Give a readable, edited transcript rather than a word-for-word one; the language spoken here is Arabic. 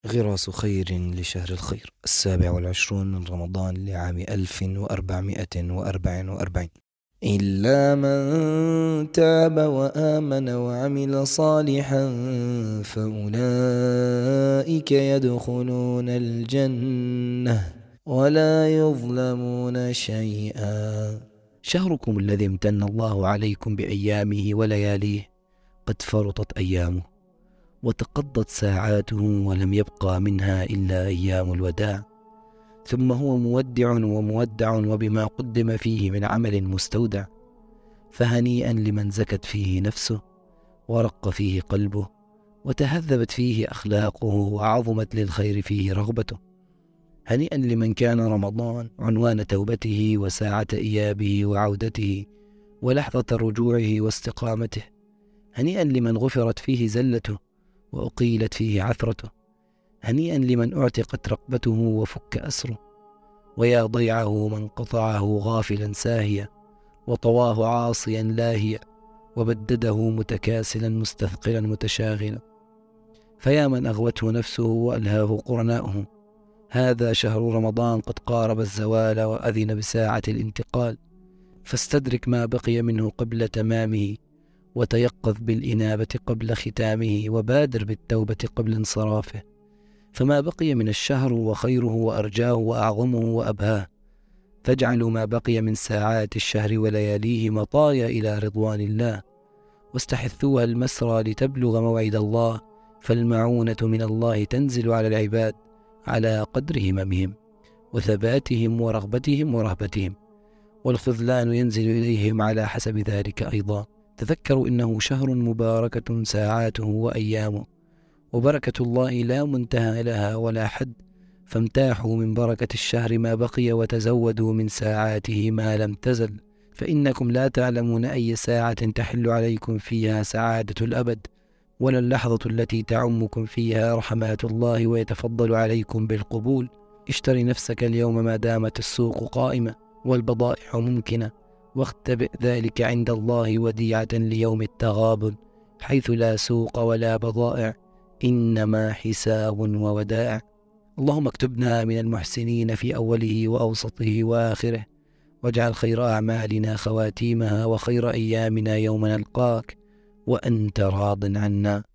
غراس خير لشهر الخير 27 من رمضان لعام 1444. إلا من تاب وآمن وعمل صالحا فأولئك يدخلون الجنة ولا يظلمون شيئا. شهركم الذي امتن الله عليكم بأيامه ولياليه قد فرطت أيامه وتقضت ساعاته ولم يبقى منها إلا أيام الوداع، ثم هو مودع ومودع وبما قدم فيه من عمل مستودع. فهنيئا لمن زكت فيه نفسه ورق فيه قلبه وتهذبت فيه أخلاقه وعظمت للخير فيه رغبته. هنيئا لمن كان رمضان عنوان توبته وساعة إيابه وعودته ولحظة رجوعه واستقامته. هنيئا لمن غفرت فيه زلته وأقيلت فيه عثرته. هنيئا لمن أعتقت رقبته وفك أسره. ويا ضيعه من قطعه غافلا ساهيا وطواه عاصيا لاهيا وبدده متكاسلا مستثقلا متشاغلا. فيا من أغوته نفسه وألهاه قرناؤه، هذا شهر رمضان قد قارب الزوال وأذن بساعة الانتقال، فاستدرك ما بقي منه قبل تمامه وتيقظ بالإنابة قبل ختامه وبادر بالتوبة قبل انصرافه، فما بقي من الشهر وخيره وأرجاه وأعظمه وأبهاه. فاجعلوا ما بقي من ساعات الشهر ولياليه مطايا إلى رضوان الله، واستحثوها المسرى لتبلغ موعد الله، فالمعونة من الله تنزل على العباد على قدر هممهم وثباتهم ورغبتهم ورهبتهم، والخذلان ينزل إليهم على حسب ذلك أيضا. تذكروا إنه شهر مباركة ساعاته وأيامه، وبركة الله لا منتهى لها ولا حد، فامتاحوا من بركة الشهر ما بقي وتزودوا من ساعاته ما لم تزل، فإنكم لا تعلمون أي ساعة تحل عليكم فيها سعادة الأبد، ولا اللحظة التي تعمكم فيها رحمات الله ويتفضل عليكم بالقبول. اشتري نفسك اليوم ما دامت السوق قائمة والبضائع ممكنة، واختبئ ذلك عند الله وديعة ليوم التغابن، حيث لا سوق ولا بضائع، إنما حساب وودائع. اللهم اكتبنا من المحسنين في أوله وأوسطه وآخره، واجعل خير أعمالنا خواتيمها وخير أيامنا يوم نلقاك وأنت راض عنا.